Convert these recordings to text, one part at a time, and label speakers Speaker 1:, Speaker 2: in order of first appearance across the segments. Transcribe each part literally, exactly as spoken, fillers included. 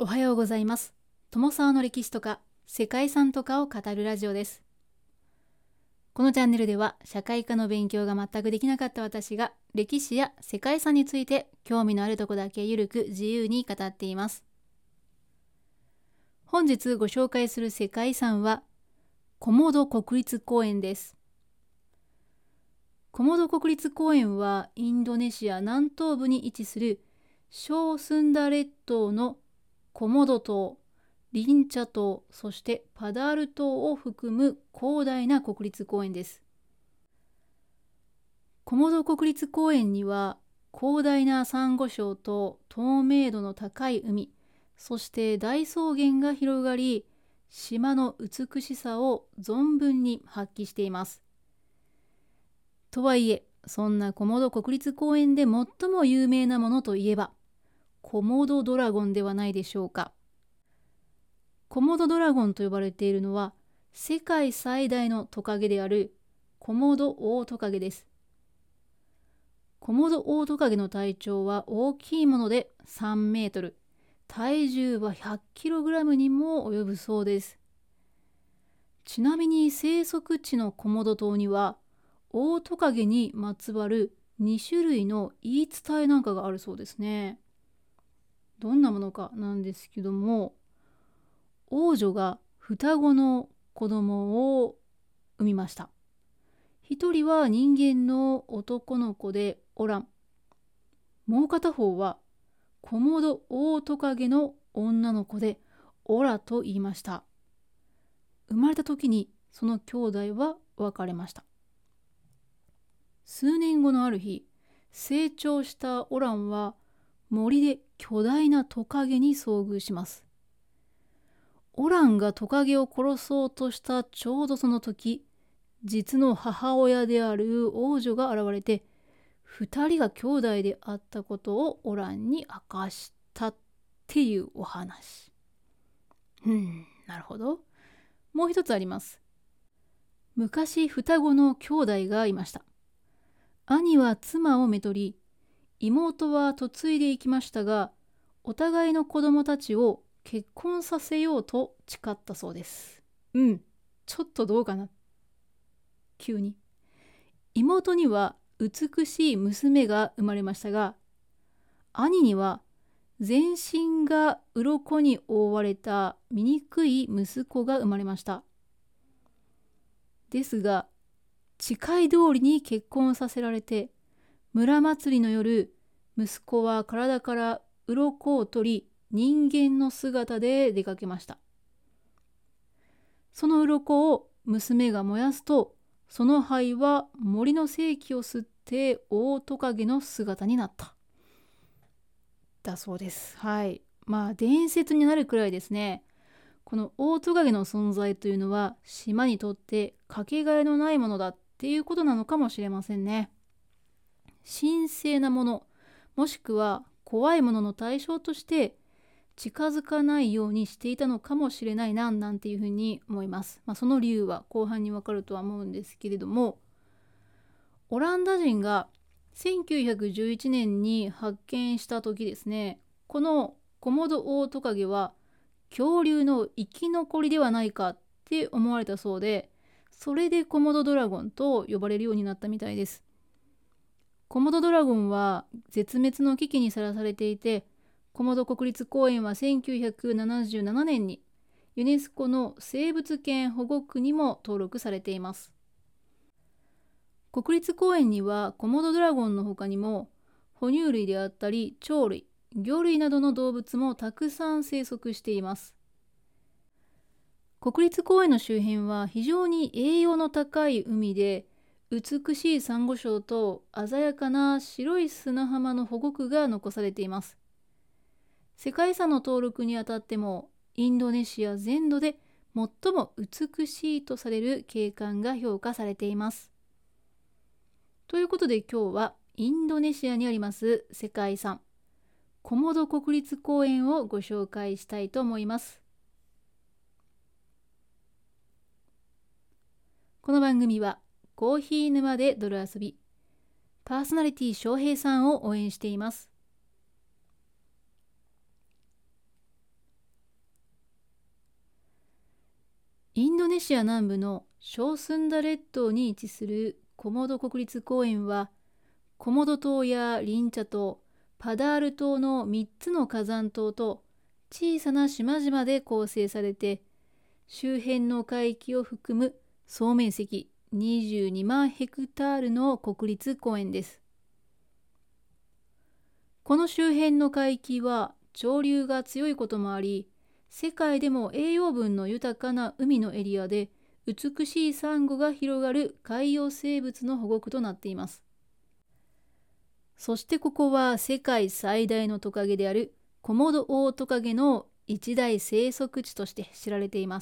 Speaker 1: おはようございます。友沢の歴史とか世界遺産とかを語るラジオです。このチャンネルでは社会科の勉強が全くできなかった私が歴史や世界遺産について興味のあるとこだけゆるく自由に語っています。本日ご紹介する世界遺産はコモド国立公園です。コモド国立公園はインドネシア南東部に位置する小スンダ列島のコモド島、リンチャ島、そしてパダール島を含む広大な国立公園です。コモド国立公園には広大なサンゴ礁と透明度の高い海、そして大草原が広がり、島の美しさを存分に発揮しています。とはいえ、そんなコモド国立公園で最も有名なものといえば、コモドドラゴンではないでしょうか。コモドドラゴンと呼ばれているのは世界最大のトカゲであるコモドオオトカゲです。コモドオオトカゲの体長は大きいものでさんメートル、体重はひゃくキログラムにも及ぶそうです。ちなみに生息地のコモド島にはオオトカゲにまつわるに種類の言い伝えなんかがあるそうですね。どんなものかなんですけども、王女が双子の子供を産みました。一人は人間の男の子でオラン。もう片方はコモドオオトカゲの女の子でオラと言いました。生まれた時にその兄弟は別れました。数年後のある日、成長したオランは森で巨大なトカゲに遭遇します。オランがトカゲを殺そうとしたちょうどその時、実の母親である王女が現れて、二人が兄弟であったことをオランに明かしたっていうお話。うん、なるほど。もう一つあります。昔双子の兄弟がいました。兄は妻をめとり、妹は嫁いでいきましたが、お互いの子供たちを結婚させようと誓ったそうです。うん、ちょっとどうかな。急に。妹には美しい娘が生まれましたが、兄には全身が鱗に覆われた醜い息子が生まれました。ですが、誓い通りに結婚させられて、村祭りの夜、息子は体から鱗を取り、人間の姿で出かけました。その鱗を娘が燃やすと、その灰は森の生気を吸ってオオトカゲの姿になった。だそうです。はい。まあ伝説になるくらいですね。このオオトカゲの存在というのは島にとってかけがえのないものだっていうことなのかもしれませんね。神聖なもの、もしくは怖いものの対象として近づかないようにしていたのかもしれないな、なんていうふうに思います。まあ、その理由は後半にわかるとは思うんですけれども、オランダ人がせんきゅうひゃくじゅういちねんに発見した時ですね、このコモドオオトカゲは恐竜の生き残りではないかって思われたそうで、それでコモドドラゴンと呼ばれるようになったみたいです。コモドドラゴンは絶滅の危機にさらされていて、コモド国立公園はせんきゅうひゃくななじゅうななねんにユネスコの生物圏保護区にも登録されています。国立公園にはコモドドラゴンの他にも哺乳類であったり鳥類、魚類などの動物もたくさん生息しています。国立公園の周辺は非常に栄養の高い海で、美しいサンゴ礁と鮮やかな白い砂浜の保護区が残されています。世界遺産の登録にあたってもインドネシア全土で最も美しいとされる景観が評価されています。ということで今日はインドネシアにあります世界遺産コモド国立公園をご紹介したいと思います。この番組はコーヒー沼で泥遊び、パーソナリティ翔平さんを応援しています。 インドネシア南部の小スンダ列島に位置するコモド国立公園は、コモド島やリンチャ島、パダール島のみっつの火山島と小さな島々で構成されて、周辺の海域を含む総面積にじゅうにまんヘクタールの国立公園です。この周辺の海域は潮流が強いこともあり、世界でも栄養分の豊かな海のエリアで美しいサンゴが広がる海洋生物の保護区となっています。そしてここは世界最大のトカゲであるコモドオオトカゲの一大生息地として知られています。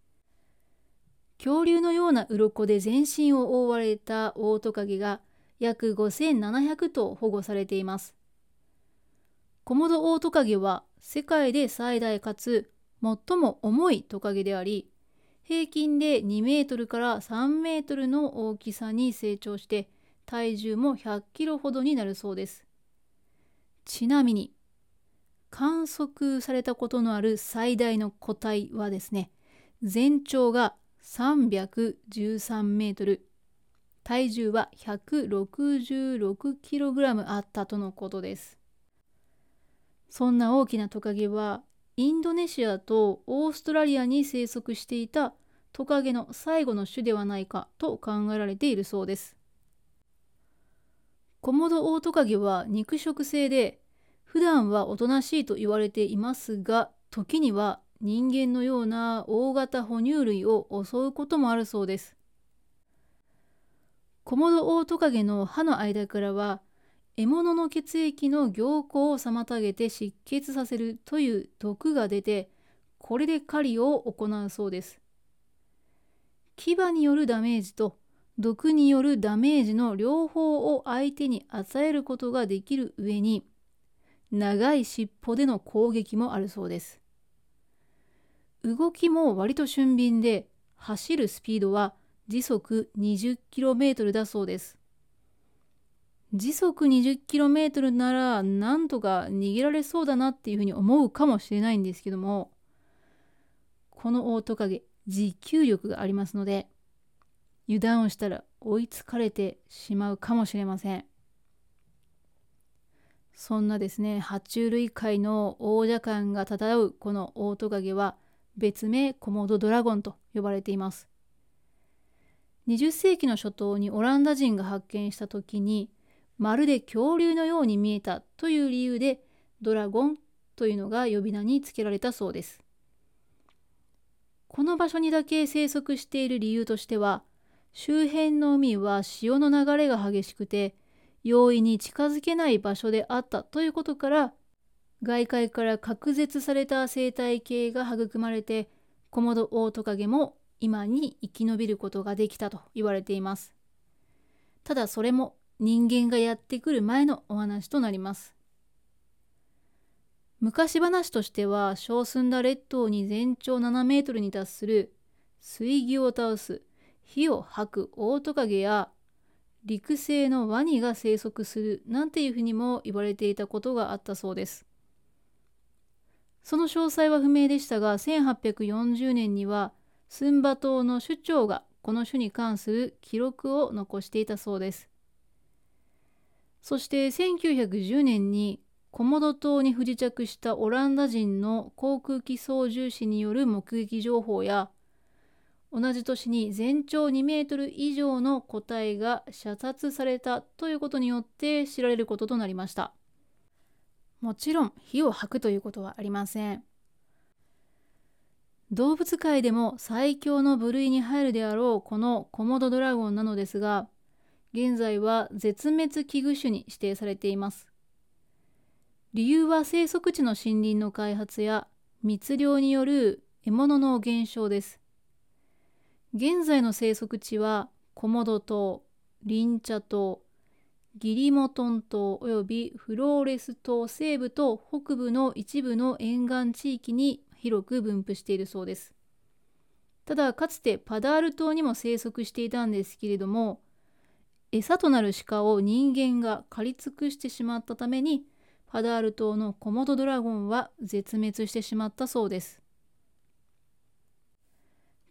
Speaker 1: 恐竜のような鱗で全身を覆われたオオトカゲが約ごせんななひゃくとう保護されています。コモドオオトカゲは世界で最大かつ最も重いトカゲであり、平均でにメートルからさんメートルの大きさに成長して体重もひゃっキロほどになるそうです。ちなみに観測されたことのある最大の個体はですね、全長がさんびゃくじゅうさんメートル、体重はひゃくろくじゅうろくキログラムあったとのことです。そんな大きなトカゲはインドネシアとオーストラリアに生息していたトカゲの最後の種ではないかと考えられているそうです。コモドオオトカゲは肉食性で、普段はおとなしいと言われていますが、時には人間のような大型哺乳類を襲うこともあるそうです。コモドオオトカゲの歯の間からは、獲物の血液の凝固を妨げて失血させるという毒が出て、これで狩りを行うそうです。牙によるダメージと毒によるダメージの両方を相手に与えることができる上に、長い尻尾での攻撃もあるそうです。動きも割と俊敏で、走るスピードは時速 にじゅっキロメートル だそうです。時速 にじゅっキロメートル ならなんとか逃げられそうだなっていうふうに思うかもしれないんですけども、このオオトカゲ、持久力がありますので、油断をしたら追いつかれてしまうかもしれません。そんなですね、爬虫類界の王者感が漂うこのオオトカゲは別名コモドドラゴンと呼ばれています。にじゅっせいきの初頭にオランダ人が発見した時に、まるで恐竜のように見えたという理由でドラゴンというのが呼び名につけられたそうです。この場所にだけ生息している理由としては、周辺の海は潮の流れが激しくて容易に近づけない場所であったということから、外界から隔絶された生態系が育まれて、コモドオオトカゲも今に生き延びることができたと言われています。ただそれも人間がやってくる前のお話となります。昔話としては、小スンダ列島に全長ななメートルに達する水牛を倒す火を吐くオオトカゲや陸生のワニが生息するなんていうふうにも言われていたことがあったそうです。その詳細は不明でしたが、せんはっぴゃくよんじゅうねんにはスンバ島の首長がこの種に関する記録を残していたそうです。そしてせんきゅうひゃくじゅうねんにコモド島に不時着したオランダ人の航空機操縦士による目撃情報や、同じ年に全長にメートル以上の個体が射殺されたということによって知られることとなりました。もちろん火を吐くということはありません。動物界でも最強の部類に入るであろうこのコモドドラゴンなのですが、現在は絶滅危惧種に指定されています。理由は生息地の森林の開発や密猟による獲物の減少です。現在の生息地はコモド島、リンチャ島、ギリモトン島およびフローレス島西部と北部の一部の沿岸地域に広く分布しているそうです。ただかつてパダール島にも生息していたんですけれども、餌となる鹿を人間が狩り尽くしてしまったために、パダール島のコモドドラゴンは絶滅してしまったそうです。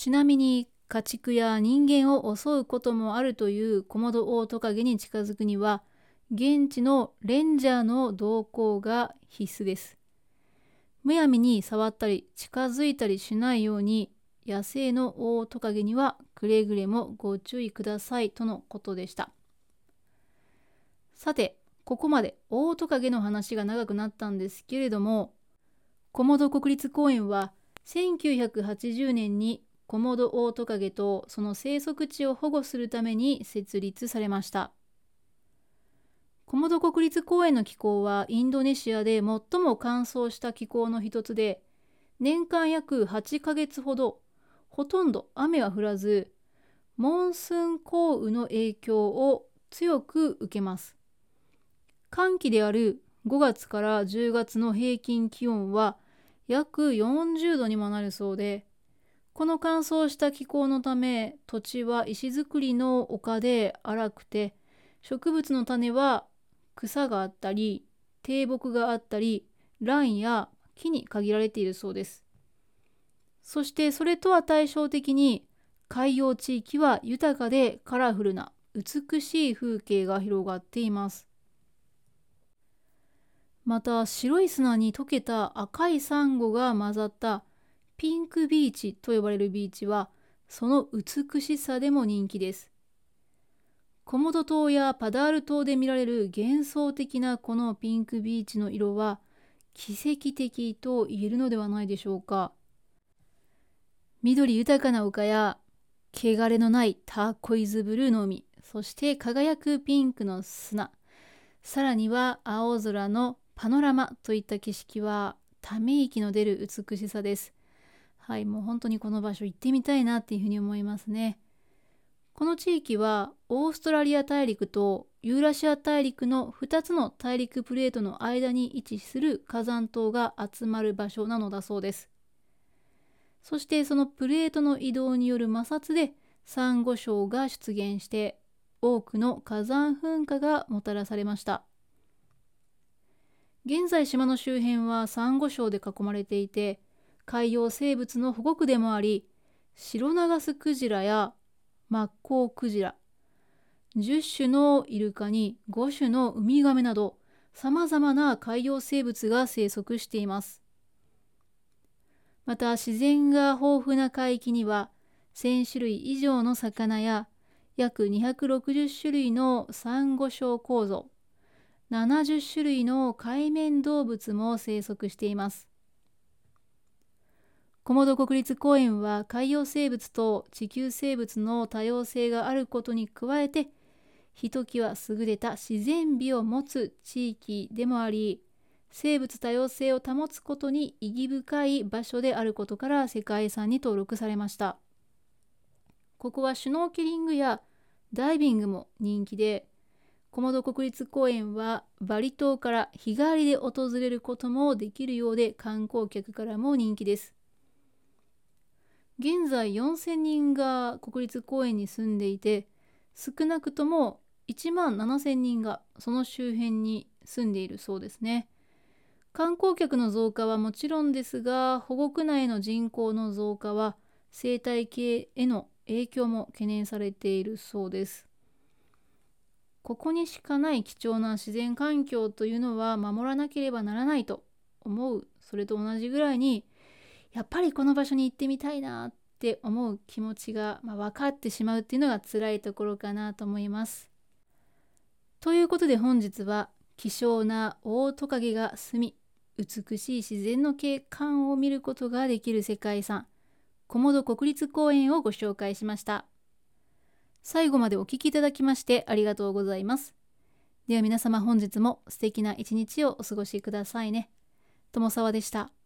Speaker 1: ちなみに家畜や人間を襲うこともあるというコモドオオトカゲに近づくには、現地のレンジャーの同行が必須です。むやみに触ったり近づいたりしないように、野生のオオトカゲにはくれぐれもご注意くださいとのことでした。さて、ここまでオオトカゲの話が長くなったんですけれども、コモド国立公園はせんきゅうひゃくはちじゅうねんにコモドオオトカゲとその生息地を保護するために設立されました。コモド国立公園の気候はインドネシアで最も乾燥した気候の一つで、年間約はちかげつほどほとんど雨は降らず、モンスーン降雨の影響を強く受けます。乾季であるごがつからじゅうがつの平均気温は約よんじゅうどにもなるそうで、この乾燥した気候のため、土地は石造りの丘で荒くて、植物の種は草があったり、低木があったり、蘭や木に限られているそうです。そしてそれとは対照的に、海洋地域は豊かでカラフルな美しい風景が広がっています。また白い砂に溶けた赤いサンゴが混ざったピンクビーチと呼ばれるビーチは、その美しさでも人気です。コモド島やパダール島で見られる幻想的なこのピンクビーチの色は奇跡的と言えるのではないでしょうか。緑豊かな丘や汚れのないターコイズブルーの海、そして輝くピンクの砂、さらには青空のパノラマといった景色はため息の出る美しさです。はい、もう本当にこの場所行ってみたいなっていうふうに思いますね。この地域はオーストラリア大陸とユーラシア大陸のふたつの大陸プレートの間に位置する火山島が集まる場所なのだそうです。そしてそのプレートの移動による摩擦でサンゴ礁が出現して、多くの火山噴火がもたらされました。現在島の周辺はサンゴ礁で囲まれていて、海洋生物の保護区でもあり、シロナガスクジラやマッコウクジラ、じゅっしゅのイルカにごしゅのウミガメなど、さまざまな海洋生物が生息しています。また自然が豊富な海域にはせんしゅるい以上の魚や約にひゃくろくじゅっしゅるいのサンゴ礁構造、ななじゅっしゅるいの海面動物も生息しています。コモド国立公園は海洋生物と地球生物の多様性があることに加えて、ひときわ優れた自然美を持つ地域でもあり、生物多様性を保つことに意義深い場所であることから世界遺産に登録されました。ここはシュノーケリングやダイビングも人気で、コモド国立公園はバリ島から日帰りで訪れることもできるようで、観光客からも人気です。現在よんせんにんが国立公園に住んでいて、少なくともいちまんななせんにんがその周辺に住んでいるそうですね。観光客の増加はもちろんですが、保護区内の人口の増加は生態系への影響も懸念されているそうです。ここにしかない貴重な自然環境というのは守らなければならないと思う。それと同じぐらいに、やっぱりこの場所に行ってみたいなって思う気持ちが、まあ、分かってしまうっていうのが辛いところかなと思います。ということで本日は希少なオオトカゲが住み、美しい自然の景観を見ることができる世界遺産、コモド国立公園をご紹介しました。最後までお聞きいただきましてありがとうございます。では皆様、本日も素敵な一日をお過ごしくださいね。友沢でした。